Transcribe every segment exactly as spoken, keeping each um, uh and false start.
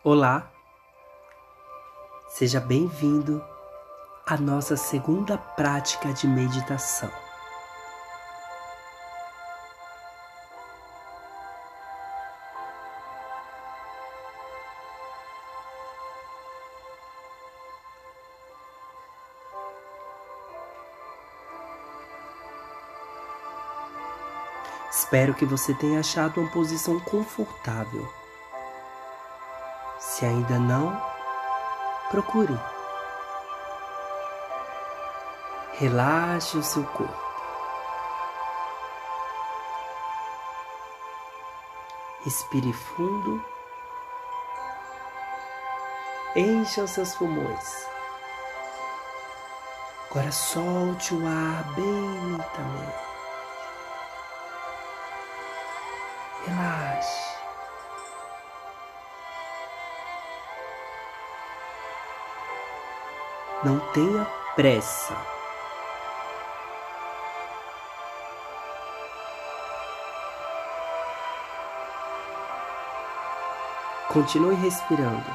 Olá, seja bem-vindo à nossa segunda prática de meditação. Espero que você tenha achado uma posição confortável. Se ainda não, procure. Relaxe o seu corpo. Respire fundo. Encha os seus pulmões. Agora solte o ar bem lentamente. Relaxe. Não tenha pressa. Continue respirando.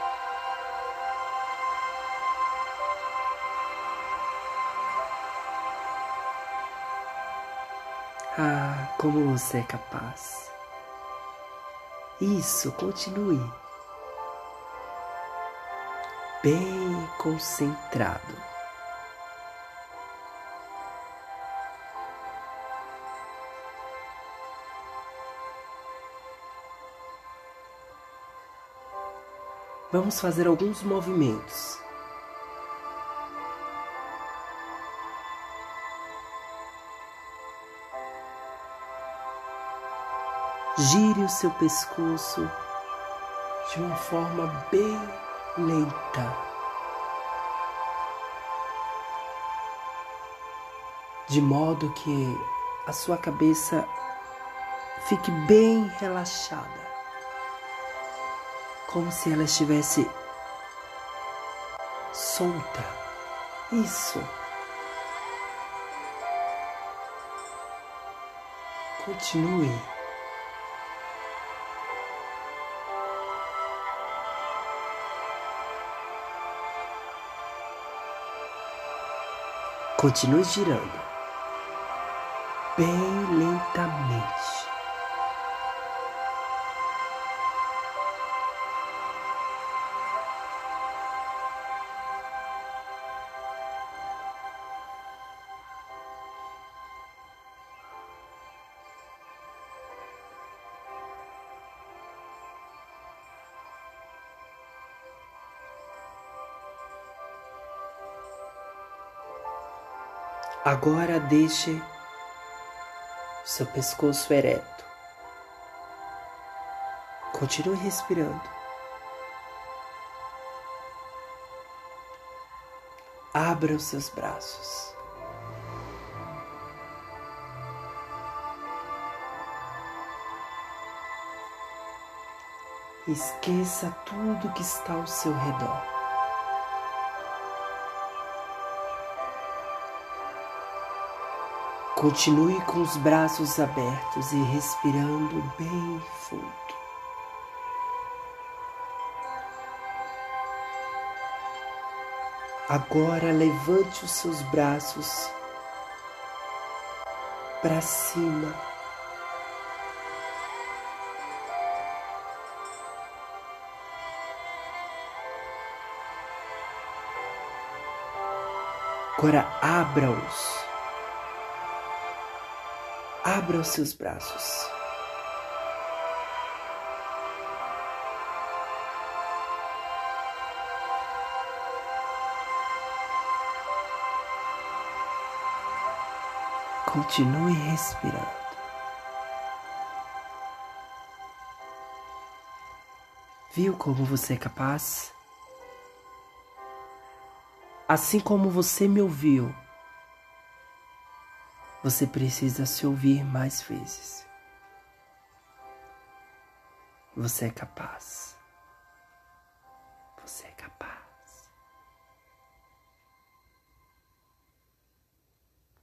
Ah, como você é capaz. Isso, continue. Bem concentrado. Vamos fazer alguns movimentos. Gire o seu pescoço de uma forma bem lenta, de modo que a sua cabeça fique bem relaxada, como se ela estivesse solta. Isso. Continue. Continue girando, bem lentamente. Agora deixe seu pescoço ereto. Continue respirando. Abra os seus braços. Esqueça tudo que está ao seu redor. Continue com os braços abertos e respirando bem fundo. Agora levante os seus braços para cima. Agora abra-os. Abra os seus braços. Continue respirando. Viu como você é capaz? Assim como você me ouviu, você precisa se ouvir mais vezes. Você é capaz. Você é capaz.